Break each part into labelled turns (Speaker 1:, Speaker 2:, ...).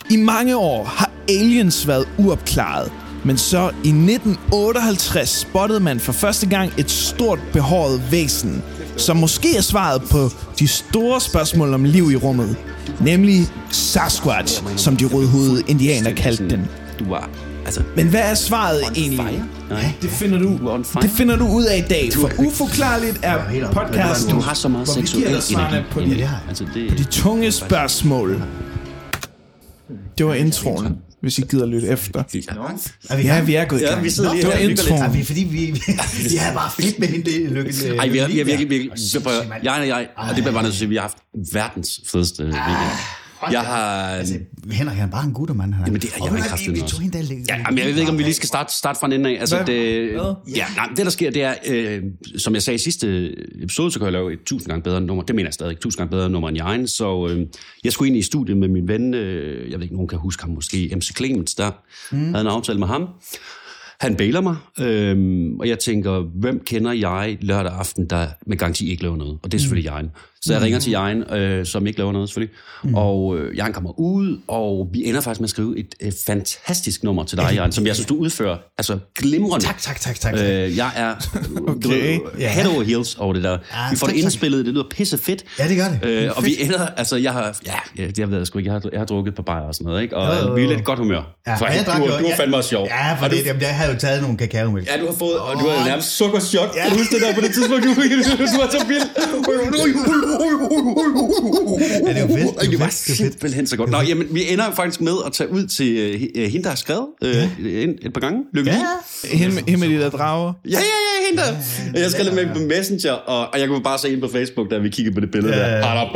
Speaker 1: I mange år har aliens været uopklaret, men så i 1958 spottede man for første gang et stort behåret væsen, som måske er svaret på de store spørgsmål om liv i rummet, nemlig Sasquatch, som de rødhudede indianer kaldte den. Men hvad er svaret egentlig? Det finder du ud af i dag, for Uforklarligt er podcasten,
Speaker 2: du har så meget
Speaker 1: hvor vi giver dig svarene på de tunge spørgsmål. Det var introen, hvis I gider lytte efter. Ja, vi er gået i gang.
Speaker 2: Vi sidder lige
Speaker 1: det var introen.
Speaker 3: Fordi vi har bare fedt med hende Lykke.
Speaker 2: Ej, vi har virkelig... Jeg, og det bliver bare nødt til at sige, vi har haft verdens fedeste weekend. Jeg har...
Speaker 3: Altså, Henrik, han er bare en guttermand.
Speaker 2: Jamen, det er jeg ikke haft det noget. Jeg ved ikke, om vi lige skal starte fra en ende af. Altså, det, der sker, det er, som jeg sagde i sidste episode, så kan jeg lave et 1000 gange bedre nummer. Det mener jeg stadig, 1000 gange bedre nummer end jeg. Så jeg skulle ind i studiet med min ven, jeg ved ikke, nogen kan huske ham måske, MC Clemens, der havde en aftale med ham. Han bailer mig, og jeg tænker, hvem kender jeg lørdag aften, der med garanti ikke laver noget? Og det er selvfølgelig Jørgen. Så jeg ringer til Jørgen, som ikke laver noget selvfølgelig. Og Jørgen kommer ud, og vi ender faktisk med at skrive et fantastisk nummer til dig, Jørgen, som jeg synes, du udfører altså glimrende.
Speaker 3: Tak.
Speaker 2: Jeg er head over heels over det der. Vi får det indspillet, det lyder pisse fedt.
Speaker 3: Ja, det gør det.
Speaker 2: Og vi ender, altså jeg har drukket på bajer og sådan noget, ikke? Og vi er lidt godt humør.
Speaker 3: Ja,
Speaker 2: for du har fandme også sjov.
Speaker 3: Ja, for jeg har jo taget nogle kakaomælk.
Speaker 2: Ja, du har fået, og du har jo nærmest sukkerchok. Kan du huske det der på det tidspunkt, du var så vild?
Speaker 3: Ja, det er jo fedt.
Speaker 2: Det var simpelthen så godt. Nå, jamen, vi ender faktisk med at tage ud til hende, der har skrevet et par gange. Lykke lige.
Speaker 1: Hende med de der drager.
Speaker 2: Ja, hende der. Jeg skrev lidt med på Messenger, og jeg kunne bare se ind på Facebook, da vi kiggede på det billede der.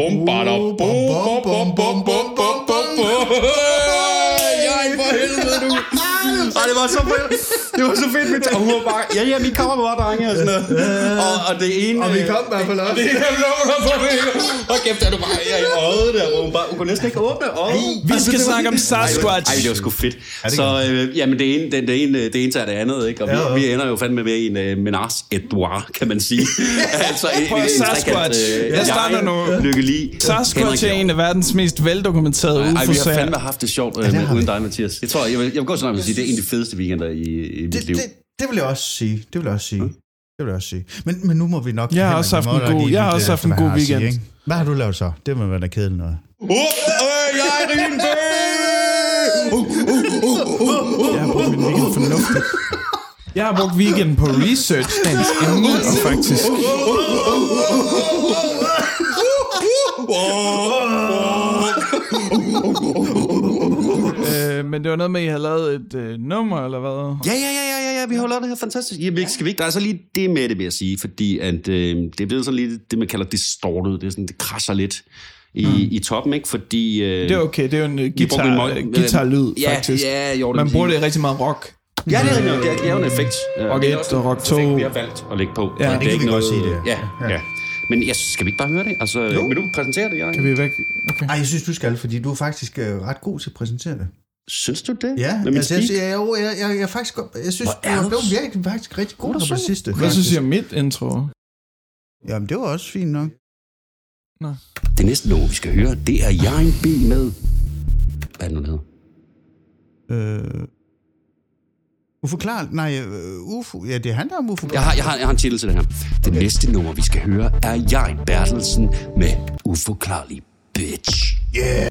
Speaker 2: For helvede, du. Ej, det var så fedt. Og hun var bare, ja, vi kommer bare, drenge, og sådan noget. Og det ene...
Speaker 3: Og vi kom bare for lov.
Speaker 2: Det og kæft, er du bare i øjet der, hvor hun kunne næsten ikke åbne øjet.
Speaker 1: Vi skal snakke om Sasquatch.
Speaker 2: Ej, det var sgu fedt. Så, jamen, det ene tager det andet, ikke? Og vi ender jo fandme med i en menage et droit, kan man sige. Altså,
Speaker 1: Sasquatch. Jeg starter nu.
Speaker 2: Lykke lige.
Speaker 1: Sasquatch er en af verdens mest veldokumenterede UFO-sager.
Speaker 2: Ej, vi har fandme haft det sjovt uden dig, Mathias. Jeg tror, jeg vil gå så langt at sige, det er en af de fedeste weekender i mit liv.
Speaker 3: Det vil jeg også sige. Men nu må vi nok...
Speaker 1: Jeg har også haft en god weekend.
Speaker 3: Hvad har du lavet så? Det må være da kedeligt noget.
Speaker 1: Jeg har brugt min weekend fornuftigt. Jeg har brugt weekenden på research, dagens emne, og faktisk... Men det var noget med, at I havde lavet et nummer, eller hvad?
Speaker 2: Ja, vi har lavet det her fantastisk. Jamen, skal vi ikke? Der er så lige det med det, vil jeg sige, fordi at, det er blevet sådan lidt, det man kalder distorted. Det er sådan, det krasser lidt i toppen, ikke? Fordi...
Speaker 1: det er okay, det er jo en guitar-lyd, faktisk.
Speaker 2: Ja, jo,
Speaker 1: man bruger det i rigtig meget rock.
Speaker 2: Ja, det er rigtigt. Det er jo en effekt.
Speaker 1: Rock 1 og Rock 2.
Speaker 2: Vi har valgt at lægge på.
Speaker 3: Ja, det kan vi godt sige det.
Speaker 2: Ja. Men skal vi ikke bare høre det? Altså, vil du præsentere det, Jørgen?
Speaker 1: Kan vi væk? Okay.
Speaker 3: Ej, jeg synes, du skal, fordi du er faktisk ret god til at præsentere det.
Speaker 2: Synes du det?
Speaker 3: Ja, altså, jeg er faktisk godt. Jeg synes, du er blevet virkelig faktisk rigtig god på det sidste.
Speaker 1: Hvad synes I om mit intro?
Speaker 3: Jamen, det var også fint nok.
Speaker 1: Nå.
Speaker 2: Det næste nummer, vi skal høre, det er Jørgen B. med... Hvad er det nu, der hedder?
Speaker 3: Uforklarligt? Nej, UFO. Ja, det handler om uforklarligt.
Speaker 2: Jeg har en titel til det her. Det næste nummer, vi skal høre, er Jørgen Bertelsen med Uforklarlig Bitch.
Speaker 3: Yeah!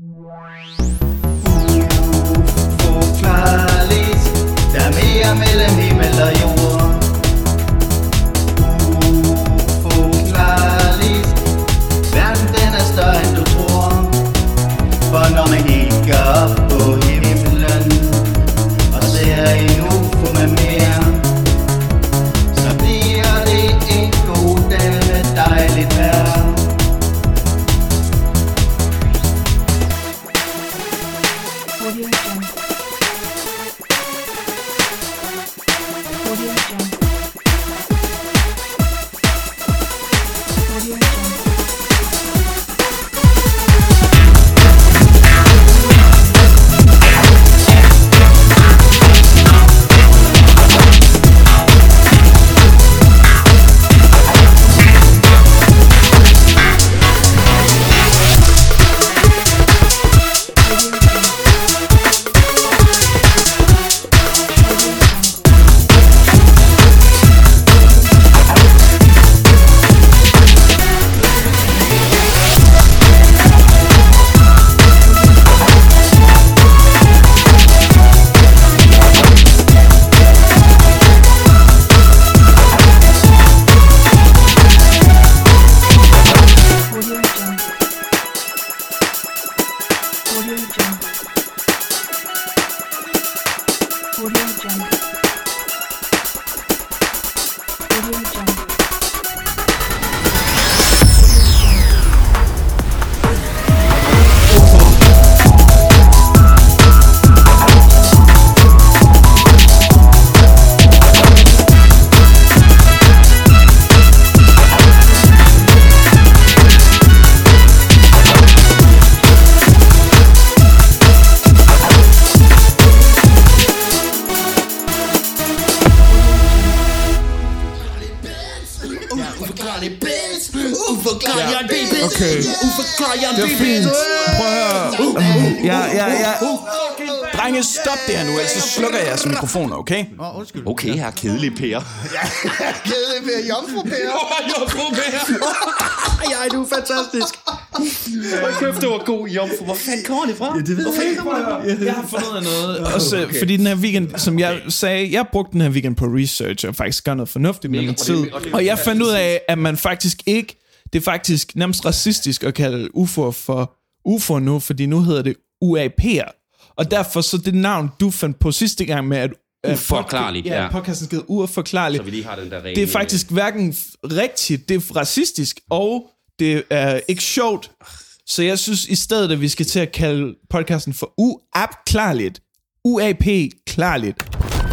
Speaker 4: Uforklarligt, der er mere mellem himmel og jord. Uforklarligt, verden den er større end du tror. For når man kigger op på himlen og ser en UFO med mere, så bliver det en god dag med dejligt vejr.
Speaker 1: Okay. Det er fint. Prøv at høre. Ja. Drenge, stop det her nu, ellers så slukker jeg jeres mikrofoner, okay?
Speaker 2: Okay, her kedelig Per.
Speaker 3: Kedelig Per, jomfru Per.
Speaker 2: Jomfru Per. Ja, du er fantastisk. Hold kæft, det var god jomfru. Hvor fanden kommer det fra?
Speaker 3: Ja, det ved jeg ikke.
Speaker 1: Jeg har fundet ud af noget. Også fordi den her weekend, som jeg sagde, jeg brugte den her weekend på research og faktisk gør noget fornuftigt med min tid. Og jeg fandt ud af, at man faktisk ikke, det er faktisk nærmest racistisk at kalde UFO'er for UFO'er nu, fordi nu hedder det UAP'er. Og derfor så det navn, du fandt på sidste gang med, at
Speaker 2: uforklarligt,
Speaker 1: ja. Podcasten hed uforklarligt.
Speaker 2: Så vi lige har den der regel.
Speaker 1: Det er faktisk hverken rigtigt, det er racistisk, og det er ikke sjovt. Så jeg synes i stedet, at vi skal til at kalde podcasten for UAP-klarligt. UAP-klarligt.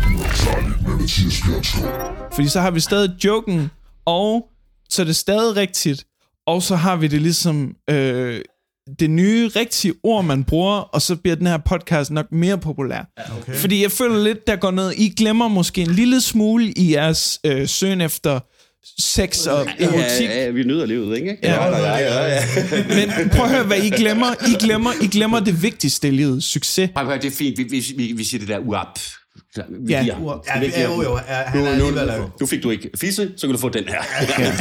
Speaker 1: Fordi så har vi stadig joken, og så er det stadig rigtigt, og så har vi det ligesom det nye, rigtige ord, man bruger, og så bliver den her podcast nok mere populær. Okay. Fordi jeg føler lidt, der går noget, I glemmer måske en lille smule i jeres søgen efter sex og erotik.
Speaker 2: Ja, vi nyder livet, ikke?
Speaker 1: Ja. Men prøv at høre, hvad I glemmer. I glemmer det vigtigste i livet, succes.
Speaker 2: Det er fint, vi siger det der UAP. Nu fik du ikke fisse, så kan du få den her.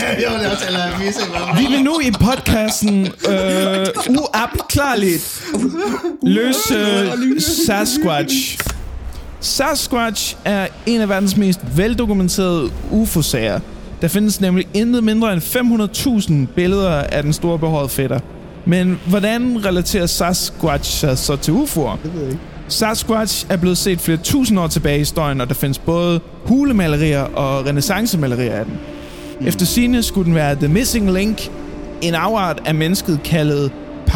Speaker 1: Vi vil nu i podcasten uopklarligt løse Sasquatch. Sasquatch er en af verdens mest veldokumenterede UFO-sager. Der findes nemlig intet mindre end 500.000 billeder af den store behårede fætter. Men hvordan relaterer Sasquatch sig så til UFO'er? Det ved jeg ikke. Sasquatch er blevet set flere tusind år tilbage i historien, og der findes både hulemalerier og renæssancemalerier af den. Efter sigende skulle den være The Missing Link, en afart af mennesket kaldet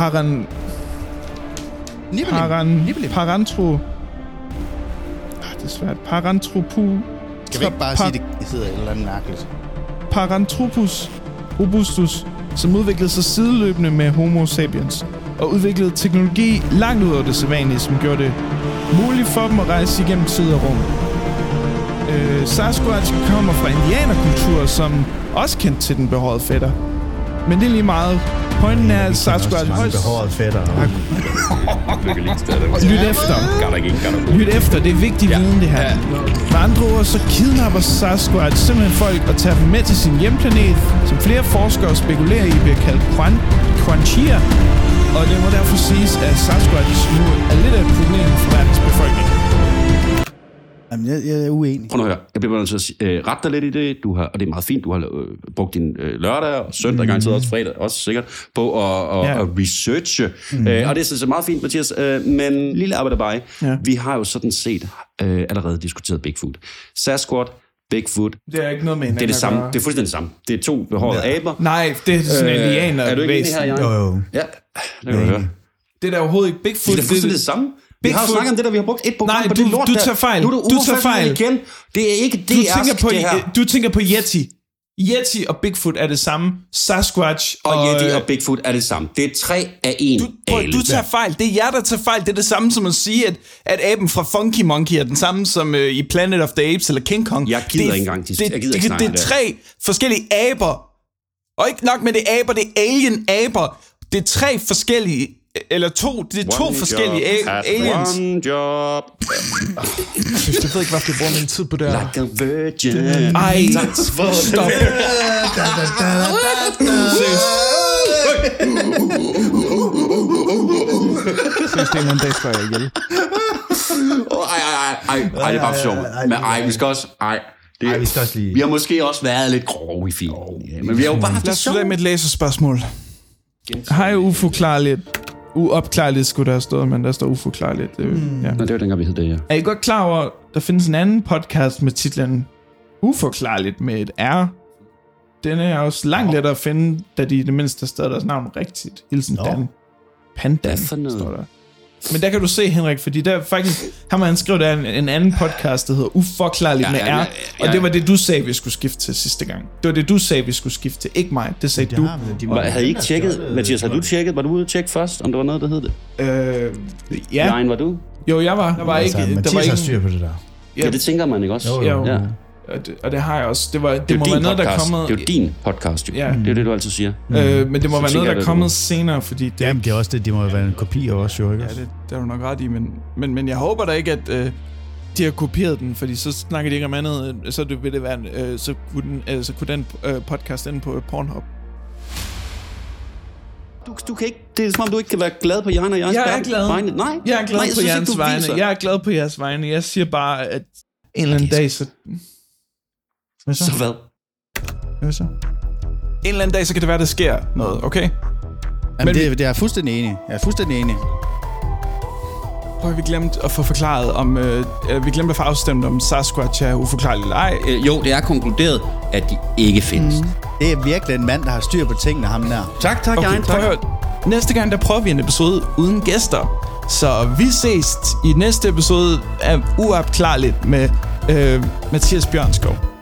Speaker 3: Skal vi ikke bare sige, det hedder et eller andet mærkeligt?
Speaker 1: Paranthropus robustus, som udviklede sig sideløbende med Homo sapiens, og udviklede teknologi langt ud over det sædvanlige, som gjorde det muligt for dem at rejse igennem tid og rum. Sasquatch kommer fra indianerkultur, som også kendte til den behårede fætter. Men det er lige meget. Pointen er, at Sasquatch højst... Lyt efter, det er vigtig viden, det her. Med andre ord, så kidnapper Sasquatch simpelthen folk og tager dem med til sin hjemplanet, som flere forskere spekulerer i bliver kaldt Quanchia. Og det må derfor siges, at Sasquatch nu er lidt af et problem for verdens befolkning.
Speaker 3: Jamen, jeg er uenig.
Speaker 2: Prøv nu at høre. Jeg bliver nødt til at rette dig lidt i det. Du har, og det er meget fint, du har brugt din lørdag og søndag, garanteret også fredag, også sikkert, på at researche. Og det er så meget fint, Mathias. Men lille arbejde vi har jo sådan set allerede diskuteret Bigfoot. Sasquatch, Bigfoot.
Speaker 1: Det er ikke noget med hinanden.
Speaker 2: Det er det samme. Det er fuldstændig det samme. Det er to behårede aber.
Speaker 1: Nej, det er sådan en indianer.
Speaker 2: Er du ikke enig her, Jan?
Speaker 3: Jo.
Speaker 2: Ja, det kan du høre.
Speaker 1: Det er da overhovedet ikke Bigfoot.
Speaker 2: Det er fuldstændig det samme. Vi har jo snakket om det, der vi har brugt et program på det lort der.
Speaker 1: Du tager fejl.
Speaker 2: Nu er du tager fejl igen. Det er ikke det her.
Speaker 1: Du tænker på Yeti. Yeti og Bigfoot er det samme. Sasquatch
Speaker 2: og Yeti og Bigfoot er det samme. Det er 3 af 1 ale.
Speaker 1: Du tager fejl. Det er jer, der tager fejl. Det er det samme som at sige, at aben fra Funky Monkey er den samme som i Planet of the Apes eller King Kong.
Speaker 2: Jeg gider ikke engang.
Speaker 1: Det er 3 forskellige aber. Og ikke nok med det aber, det er alien-aber. Det er 3 forskellige... Eller det er to forskellige aliens.
Speaker 2: One job.
Speaker 1: Jeg synes, det ved ikke, hvorfor jeg bruger min tid på det her.
Speaker 2: Like a virgin.
Speaker 1: Ej, stop. Seriøst, det er en dag, før jeg ihjel.
Speaker 2: Ej, det er bare for sjov. Men vi skal også...
Speaker 3: vi skal også lige...
Speaker 2: Vi har måske også været lidt grove i filmen. Men vi har jo bare haft
Speaker 1: det sjovt. Lad os slutte med et læserspørgsmål. Hej UFO-klarligt. Uopklarligt skulle der have stået, men der står uforklarligt. Ja.
Speaker 2: Nå, det var dengang, vi hed det, ja.
Speaker 1: Er I godt klar over, der findes en anden podcast med titlen Uforklarligt med et R? Den er også langt lettere at finde, da de i det mindste har stadig deres navn rigtigt. Hilsen Dan. Pandan, står der. Men der kan du se, Henrik, fordi der faktisk, han skrev der en anden podcast, der hedder Uforklarligt med R, og det var det, du sagde, vi skulle skifte til sidste gang. Det var det, du sagde, vi skulle skifte til, ikke mig. Det sagde du.
Speaker 2: Havde I ikke tjekket? Mathias, har du tjekket? Var du ude at tjekke først, om der var noget, der hed det?
Speaker 1: Ja.
Speaker 2: Jørgen, var du?
Speaker 1: Jo, jeg var. Der var ikke.
Speaker 3: Mathias har styr på det der.
Speaker 2: Ja, det tænker man ikke også?
Speaker 1: Jo.
Speaker 2: Ja.
Speaker 1: Og det har jeg også. Det må være noget, der er kommet...
Speaker 2: Det er jo din podcast, jo. Ja. Det er det, du altid siger.
Speaker 1: Men det må være noget, der er kommet senere, fordi...
Speaker 3: Jamen, det er også det. Det må være en kopi af os, jo, ikke?
Speaker 1: Ja, det er du nok ret i, men jeg håber da ikke, at de har kopieret den, fordi så snakker de ikke om andet, så vil det være... så kunne den podcast ende på Pornhub.
Speaker 2: Du kan ikke... Det er som om, du ikke kan være glad på Jørgen og jeres
Speaker 1: Jeg er glad.
Speaker 2: vegne. Nej,
Speaker 1: jeg er glad på jeres vegne. Jeg er glad på jeres vegne. Jeg siger bare, at en eller anden dag, så...
Speaker 2: Så hvad?
Speaker 1: Hvad så? En eller anden dag, så kan det være, der sker noget, okay?
Speaker 3: Jamen, det er jeg fuldstændig enig.
Speaker 1: Vi glemte at få forklaret om... vi glemte at få afstemt, om Sasquatch er uforklarlig eller ej.
Speaker 2: Jo, det er konkluderet, at de ikke findes.
Speaker 3: Det er virkelig en mand, der har styr på tingene, ham der.
Speaker 2: Tak,
Speaker 1: Okay,
Speaker 2: Jørgen.
Speaker 1: prøv at høre. Næste gang, der prøver vi en episode uden gæster. Så vi ses i næste episode af Uopklarligt med Mathias Bjørnskov.